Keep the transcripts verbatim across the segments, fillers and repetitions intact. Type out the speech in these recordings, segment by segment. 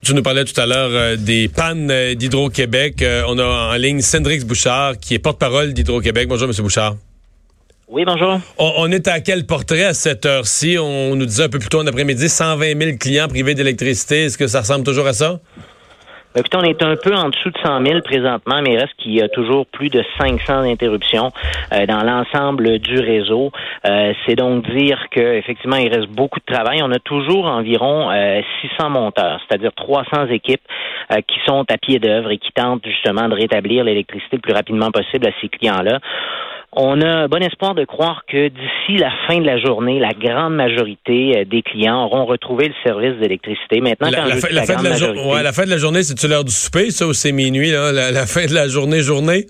Tu nous parlais tout à l'heure euh, des pannes euh, d'Hydro-Québec. Euh, on a en ligne Cendrix Bouchard, qui est porte-parole d'Hydro-Québec. Bonjour, M. Bouchard. Oui, bonjour. On, on est à quel portrait à cette heure-ci? On nous disait un peu plus tôt en après-midi, cent vingt mille clients privés d'électricité. Est-ce que ça ressemble toujours à ça? Écoutez, on est un peu en dessous de cent mille présentement, mais il reste qu'il y a toujours plus de cinq cents interruptions euh, dans l'ensemble du réseau. Euh, c'est donc dire qu'effectivement, il reste beaucoup de travail. On a toujours environ euh, six cents monteurs, c'est-à-dire trois cents équipes euh, qui sont à pied d'œuvre et qui tentent justement de rétablir l'électricité le plus rapidement possible à ces clients-là. On a bon espoir de croire que d'ici la fin de la journée, la grande majorité des clients auront retrouvé le service d'électricité. Maintenant, la, quand la, je fin, dis la, la, fin grande de la, majorité, jo- ouais, la fin de la journée, c'est-tu l'heure du souper, ça, ou c'est minuit, là, la, la fin de la journée, journée?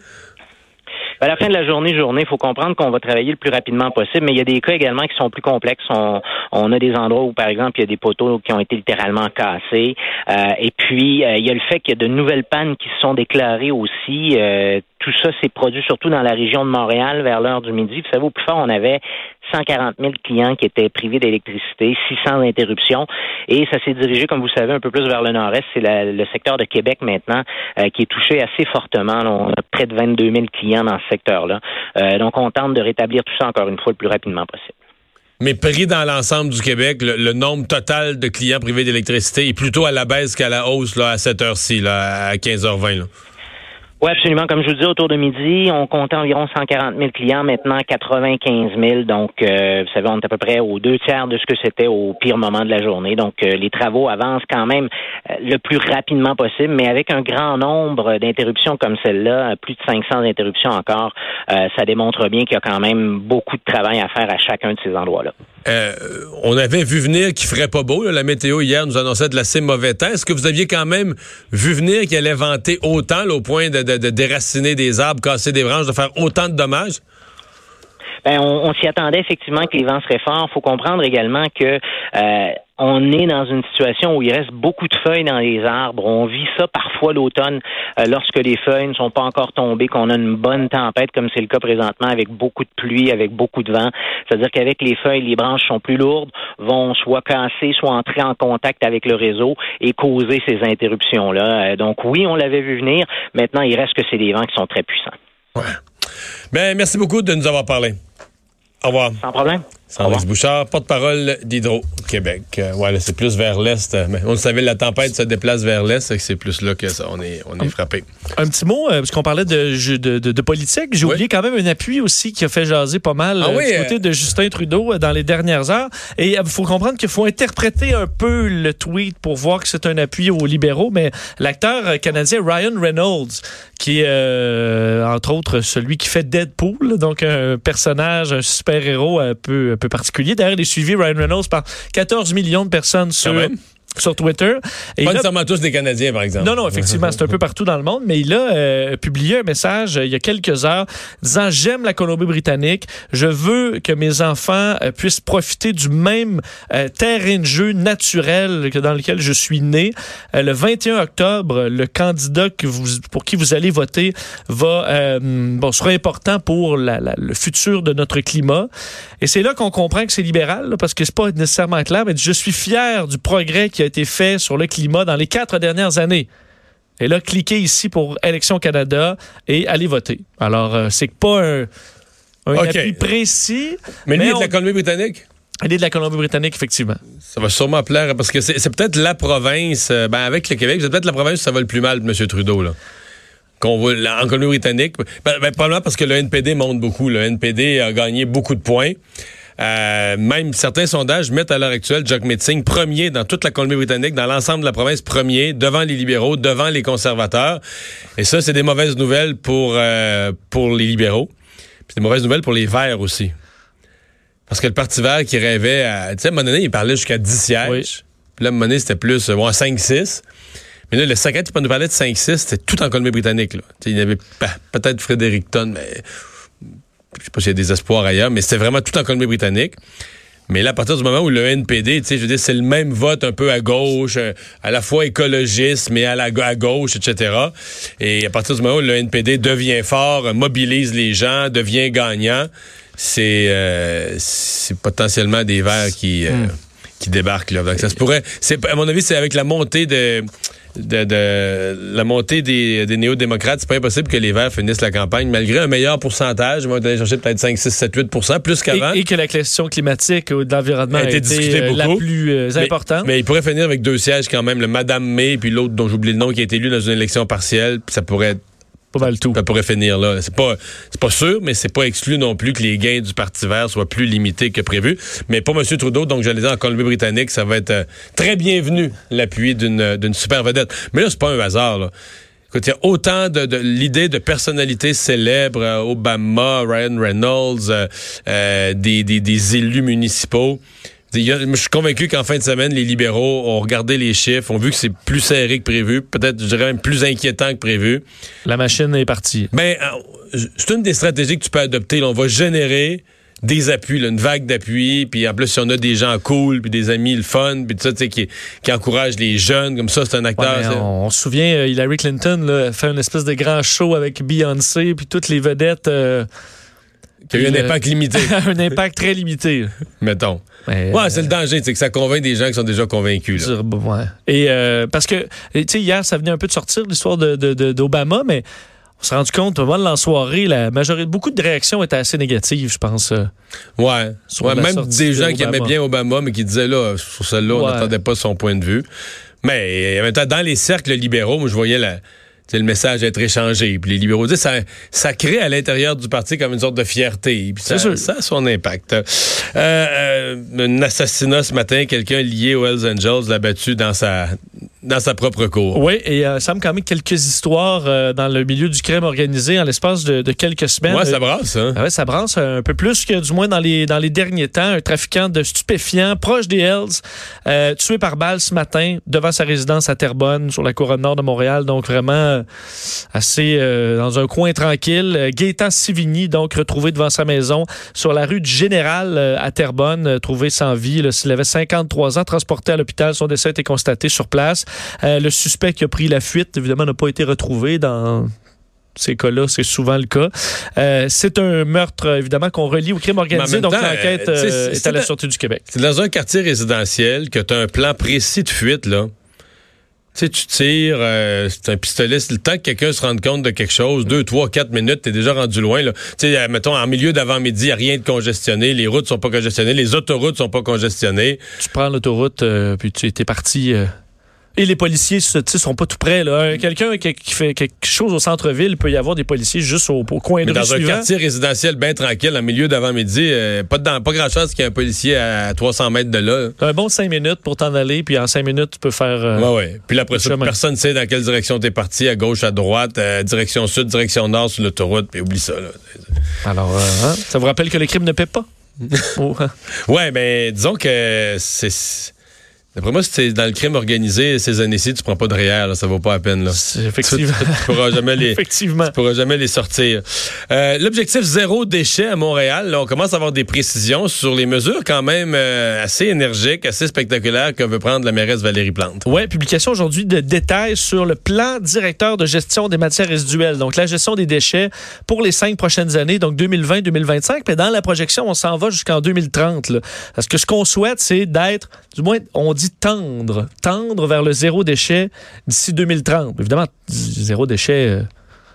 À la fin de la journée, journée, il faut comprendre qu'on va travailler le plus rapidement possible, mais il y a des cas également qui sont plus complexes. On, on a des endroits où, par exemple, il y a des poteaux qui ont été littéralement cassés. Euh, et puis, euh, il y a le fait qu'il y a de nouvelles pannes qui se sont déclarées aussi. Euh, tout ça s'est produit surtout dans la région de Montréal vers l'heure du midi. Vous savez, au plus fort, on avait cent quarante mille clients qui étaient privés d'électricité, six cents interruptions. Et ça s'est dirigé, comme vous savez, un peu plus vers le nord-est. C'est la, le secteur de Québec maintenant euh, qui est touché assez fortement. Là, on a près de vingt-deux mille clients dans ce secteur-là. Euh, donc, on tente de rétablir tout ça encore une fois le plus rapidement possible. Mais pris dans l'ensemble du Québec, le, le nombre total de clients privés d'électricité est plutôt à la baisse qu'à la hausse là, à cette heure-ci, là, à quinze heures vingt. Là. Oui, absolument. Comme je vous dis, autour de midi, on comptait environ cent quarante mille clients, maintenant quatre-vingt-quinze mille. Donc, euh, vous savez, on est à peu près aux deux tiers de ce que c'était au pire moment de la journée. Donc, euh, les travaux avancent quand même euh, le plus rapidement possible, mais avec un grand nombre d'interruptions comme celle-là, plus de cinq cents interruptions encore, euh, ça démontre bien qu'il y a quand même beaucoup de travail à faire à chacun de ces endroits-là. Euh, on avait vu venir qu'il ferait pas beau. Là. La météo hier nous annonçait de l'assez mauvais temps. Est-ce que vous aviez quand même vu venir qu'il allait vanter autant là, au point de, de, de déraciner des arbres, casser des branches, de faire autant de dommages? Ben, on, on s'y attendait effectivement que les vents seraient forts. Il faut comprendre également que euh, on est dans une situation où il reste beaucoup de feuilles dans les arbres. On vit ça parfois l'automne euh, lorsque les feuilles ne sont pas encore tombées, qu'on a une bonne tempête, comme c'est le cas présentement, avec beaucoup de pluie, avec beaucoup de vent. C'est-à-dire qu'avec les feuilles, les branches sont plus lourdes, vont soit casser, soit entrer en contact avec le réseau et causer ces interruptions-là. Euh, donc oui, on l'avait vu venir. Maintenant, il reste que c'est des vents qui sont très puissants. Ouais. Ben, merci beaucoup de nous avoir parlé. Au revoir. Sans problème. Cendrix Bouchard, porte-parole d'Hydro-Québec. Euh, ouais, là, c'est plus vers l'est. Mais on le savait, la tempête se déplace vers l'est, c'est plus là que ça, on est, on est frappé. Un petit mot, euh, parce qu'on parlait de, de, de, de politique. J'ai oui. oublié quand même un appui aussi qui a fait jaser pas mal ah euh, oui, du côté euh... de Justin Trudeau euh, dans les dernières heures. Et il euh, faut comprendre qu'il faut interpréter un peu le tweet pour voir que c'est un appui aux libéraux. Mais l'acteur canadien Ryan Reynolds, qui est euh, entre autres celui qui fait Deadpool, donc un personnage, un super-héros un peu, un peu particulier. D'ailleurs, il est suivi, Ryan Reynolds, par quatorze millions de personnes sur, sur Twitter. Et pas nécessairement tous des Canadiens, par exemple. Non, non, effectivement, c'est un peu partout dans le monde, mais il a euh, publié un message euh, il y a quelques heures disant « J'aime la Colombie-Britannique, je veux que mes enfants euh, puissent profiter du même euh, terrain de jeu naturel que dans lequel je suis né. Euh, le vingt et un octobre, le candidat que vous, pour qui vous allez voter va euh, bon, sera important pour la, la, le futur de notre climat. » Et c'est là qu'on comprend que c'est libéral, là, parce que c'est pas nécessairement clair, mais je suis fier du progrès qui a été fait sur le climat dans les quatre dernières années. Et là, cliquez ici pour Élections Canada et allez voter. Alors, euh, c'est pas un, un okay. appui précis. Mais lui, mais est on... de la Colombie-Britannique? Il est de la Colombie-Britannique, effectivement. Ça va sûrement plaire, parce que c'est, c'est peut-être la province, euh, ben avec le Québec, c'est peut-être la province où ça va le plus mal, M. Trudeau, là. Qu'on voit en Colombie-Britannique. Ben, ben, probablement parce que le N P D monte beaucoup. Le N P D a gagné beaucoup de points. Euh, même certains sondages mettent à l'heure actuelle Jack Metzing premier dans toute la Colombie-Britannique, dans l'ensemble de la province, premier, devant les libéraux, devant les conservateurs. Et ça, c'est des mauvaises nouvelles pour, euh, pour les libéraux. Puis des mauvaises nouvelles pour les Verts aussi. Parce que le Parti vert qui rêvait à... Tu sais, à un moment donné, il parlait jusqu'à dix sièges. Oui. Puis là, à un moment donné, c'était plus bon, cinq six. Mais là, le cinquante, il nous parlait de cinq six, c'était tout en Colombie-Britannique. Là. Il y avait peut-être Fredericton, mais je sais pas s'il y a des espoirs ailleurs, mais c'était vraiment tout en Colombie-Britannique. Mais là, à partir du moment où le N P D, tu sais, je veux dire, c'est le même vote un peu à gauche, à la fois écologiste, mais à la à gauche, et cetera. Et à partir du moment où le N P D devient fort, mobilise les gens, devient gagnant, c'est, euh, c'est potentiellement des Verts qui... Euh, mmh. qui débarque. Là. Donc, ça se pourrait. C'est, à mon avis, c'est avec la montée de... De, de la montée des, des néo-démocrates, c'est pas impossible que les Verts finissent la campagne, malgré un meilleur pourcentage. Ils vont aller chercher peut-être cinq, six, sept, huit pour cent, plus qu'avant. Et, et que la question climatique ou de l'environnement a été, a été discutée euh, la plus euh, mais, importante. Mais ils pourraient finir avec deux sièges quand même, le Madame May, puis l'autre dont j'oublie le nom, qui a été élu dans une élection partielle, puis ça pourrait être pas mal tout. Ça pourrait finir là. C'est pas, c'est pas sûr, mais c'est pas exclu non plus que les gains du Parti vert soient plus limités que prévu. Mais pour M. Trudeau, donc j'allais dire en Colombie-Britannique, ça va être euh, très bienvenu l'appui d'une, d'une super vedette. Mais là, c'est pas un hasard, là. Écoute, il y a autant de, de l'idée de personnalités célèbres, euh, Obama, Ryan Reynolds, euh, euh, des, des, des élus municipaux. Je suis convaincu qu'en fin de semaine, les libéraux ont regardé les chiffres, ont vu que c'est plus serré que prévu, peut-être, je dirais même plus inquiétant que prévu. La machine est partie. Ben, c'est une des stratégies que tu peux adopter. Là. On va générer des appuis, là, une vague d'appui, puis en plus, si on a des gens cool, puis des amis, le fun, puis tout ça, tu sais, qui, qui encouragent les jeunes, comme ça, c'est un acteur. Ouais, on, on se souvient, Hillary Clinton là, fait une espèce de grand show avec Beyoncé, puis toutes les vedettes... Euh Qui a eu un impact limité. Un impact très limité. Mettons. Mais, ouais, euh, c'est le danger, c'est que ça convainc des gens qui sont déjà convaincus. Là. Ouais. Et euh, parce que, tu sais, hier, ça venait un peu de sortir l'histoire de, de, de, d'Obama, mais on s'est rendu compte, vraiment, en soirée, la majorité, beaucoup de réactions étaient assez négatives, je pense. Euh, ouais. ouais même des gens qui aimaient bien Obama, mais qui disaient, là, sur celle-là, ouais. on n'attendait pas son point de vue. Mais en même temps, dans les cercles libéraux, moi, je voyais la... C'est le message être échangé. Puis les libéraux disent ça, ça crée à l'intérieur du parti comme une sorte de fierté. Puis ça, ça a son impact. Euh, euh, un assassinat ce matin, quelqu'un lié aux Hells Angels l'a battu dans sa dans sa propre cour. Oui, et euh, ça me quand même quelques histoires euh, dans le milieu du crime organisé en l'espace de, de quelques semaines. Ouais, ça brasse, hein? Ah ouais, ça brasse un peu plus que du moins dans les dans les derniers temps. Un trafiquant de stupéfiants proche des Hells, euh, tué par balle ce matin devant sa résidence à Terrebonne, sur la couronne nord de Montréal. Donc vraiment assez euh, dans un coin tranquille. Gaétan Sivigny, donc retrouvé devant sa maison sur la rue du Général euh, à Terrebonne, euh, trouvé sans vie. Là, s'il avait cinquante-trois ans, transporté à l'hôpital, son décès a été constaté sur place. Euh, le suspect qui a pris la fuite, évidemment, n'a pas été retrouvé dans... ces cas-là, c'est souvent le cas. Euh, c'est un meurtre, évidemment, qu'on relie au crime organisé, donc temps, l'enquête euh, est à la Sûreté du Québec. C'est dans un quartier résidentiel que tu as un plan précis de fuite, là. Tu sais, tu tires, euh, c'est un pistolet. Le temps que quelqu'un se rende compte de quelque chose, deux, trois, quatre minutes, t'es déjà rendu loin, là. Tu sais, mettons, en milieu d'avant-midi, il n'y a rien de congestionné, les routes sont pas congestionnées, les autoroutes sont pas congestionnées. Tu prends l'autoroute, euh, puis tu es parti... Euh Et les policiers, tu sais, sont pas tout près, là. Quelqu'un qui, qui fait quelque chose au centre-ville, il peut y avoir des policiers juste au, au coin de rue suivant. Mais dans un quartier résidentiel bien tranquille, en milieu d'avant-midi, euh, pas, de, pas grand-chose qu'il y ait un policier à trois cents mètres de là. T'as un bon cinq minutes pour t'en aller, puis en cinq minutes, tu peux faire... Euh, ouais, ouais. Puis après ça, personne ne sait dans quelle direction t'es parti, à gauche, à droite, euh, direction sud, direction nord, sur l'autoroute, puis oublie ça, là. Alors, euh, hein? Ça vous rappelle que le crime ne paie pas? oh, hein? Ouais, mais disons que c'est... D'après moi, si c'est dans le crime organisé, ces années-ci, tu prends pas de R E E R, là, ça vaut pas la peine. Là. Effectivement. Tu, tu, pourras jamais les, Effectivement. Tu pourras jamais les sortir. Euh, l'objectif zéro déchet à Montréal, là, on commence à avoir des précisions sur les mesures quand même euh, assez énergiques, assez spectaculaires que veut prendre la mairesse Valérie Plante. Oui, publication aujourd'hui de détails sur le plan directeur de gestion des matières résiduelles. Donc, la gestion des déchets pour les cinq prochaines années, donc deux mille vingt deux mille vingt-cinq. Mais dans la projection, on s'en va jusqu'en deux mille trente. Là. Parce que ce qu'on souhaite, c'est d'être, du moins, on dit tendre, tendre vers le zéro déchet d'ici deux mille trente. Évidemment, zéro déchet, euh,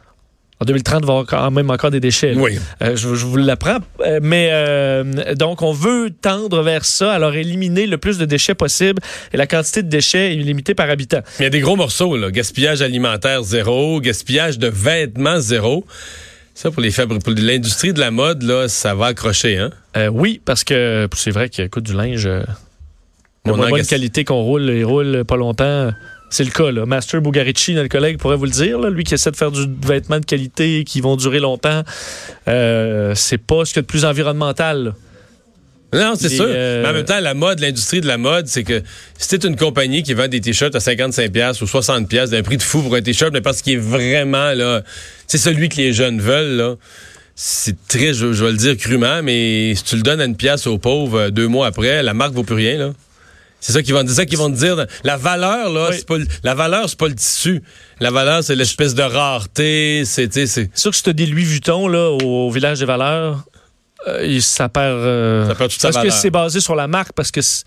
en deux mille trente, il va y avoir quand même encore des déchets. Là. Oui. Euh, je, je vous l'apprends. Euh, mais euh, donc, on veut tendre vers ça, alors éliminer le plus de déchets possible et la quantité de déchets est limitée par habitant. Il y a des gros morceaux, là. Gaspillage alimentaire zéro, gaspillage de vêtements zéro. Ça, pour les fabri- pour l'industrie de la mode, là, ça va accrocher, hein? Euh, oui, parce que c'est vrai qu'il coûte du linge... Euh, de moins bonne qualité qu'on roule, il roule pas longtemps. C'est le cas, là. Master Bugarici, notre collègue, pourrait vous le dire. Là. Lui qui essaie de faire du vêtement de qualité qui vont durer longtemps, euh, c'est pas ce qu'il y a de plus environnemental. Là. Non, c'est Et sûr. Euh... Mais en même temps, la mode, l'industrie de la mode, c'est que si t'es une compagnie qui vend des t-shirts à cinquante-cinq dollars ou soixante dollars, d'un prix de fou pour un t-shirt, mais parce qu'il est vraiment, là, c'est celui que les jeunes veulent, là. C'est triste, je, je vais le dire crûment, mais si tu le donnes à une pièce aux pauvres deux mois après, la marque vaut plus rien, là. C'est ça qu'ils vont, c'est ça qu'ils vont te dire. La valeur, là, oui. c'est pas, la valeur, c'est pas le tissu. La valeur, c'est l'espèce de rareté. C'est, c'est... c'est sûr que si t'as des Louis Vuitton, là, au, au village des valeurs, euh, ça perd, euh, ça perd toute sa parce valeur. que c'est basé sur la marque, parce que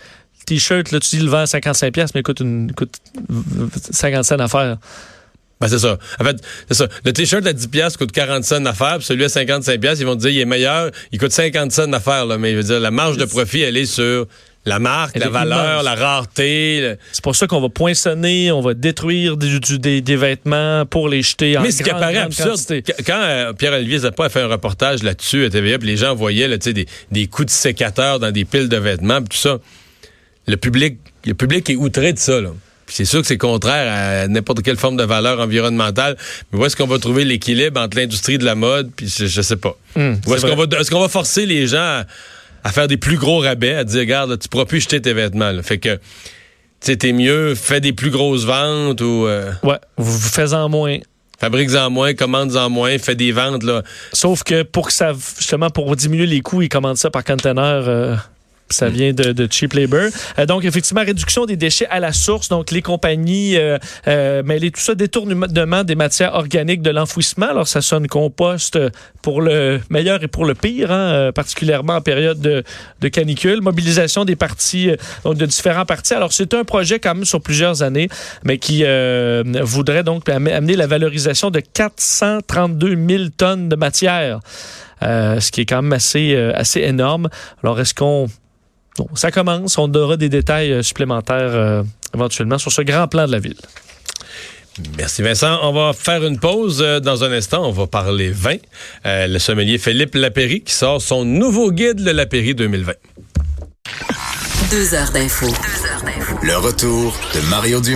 T-shirt, là, tu dis le vend à cinquante-cinq piastres, mais il coûte, une, coûte cinquante cents à faire. Ben, c'est ça. En fait, c'est ça. Le T-shirt à dix piastres coûte quarante cents à faire, puis celui à cinquante-cinq piastres, ils vont te dire, il est meilleur, il coûte cinquante cents à faire, là. Mais je veux dire, la marge de profit, elle est sur la marque, elle la valeur, immense. La rareté. Le... C'est pour ça qu'on va poinçonner, on va détruire des, des, des vêtements pour les jeter en Mais ce grande, qui apparaît absurde, quantité. Quand euh, Pierre-Olivier Zappa a fait un reportage là-dessus à T V A, puis les gens voyaient là, des, des coups de sécateur dans des piles de vêtements, puis tout ça, le public, le public est outré de ça, là. Puis c'est sûr que c'est contraire à n'importe quelle forme de valeur environnementale. Mais où est-ce qu'on va trouver l'équilibre entre l'industrie de la mode, puis je, je sais pas. Mmh, où est-ce qu'on va, est-ce qu'on va forcer les gens à, à faire des plus gros rabais, à dire, regarde, là, tu pourras plus jeter tes vêtements. Là. Fait que, tu sais, t'es mieux, fais des plus grosses ventes ou... Euh, ouais, vous faites-en moins. Fabrique-en moins, commande-en moins, fais des ventes, là. Sauf que pour que ça, justement, pour diminuer les coûts, ils commandent ça par conteneur... Euh... Ça vient de, de cheap labor. Euh, donc, effectivement, réduction des déchets à la source. Donc, les compagnies euh, euh, mêlent tout ça, détournement des matières organiques de l'enfouissement. Alors, ça sonne compost pour le meilleur et pour le pire, hein, particulièrement en période de, de canicule. Mobilisation des partis, donc de différents partis. Alors, c'est un projet quand même sur plusieurs années, mais qui euh, voudrait donc amener la valorisation de quatre cent trente-deux mille tonnes de matière, euh, ce qui est quand même assez, euh, assez énorme. Alors, est-ce qu'on... Bon, ça commence. On aura des détails supplémentaires euh, éventuellement sur ce grand plan de la ville. Merci Vincent. On va faire une pause. Dans un instant, on va parler vin. Euh, le sommelier Philippe Lapéry qui sort son nouveau guide, le Lapéry deux mille vingt. Deux heures d'info. Le retour de Mario Dumont.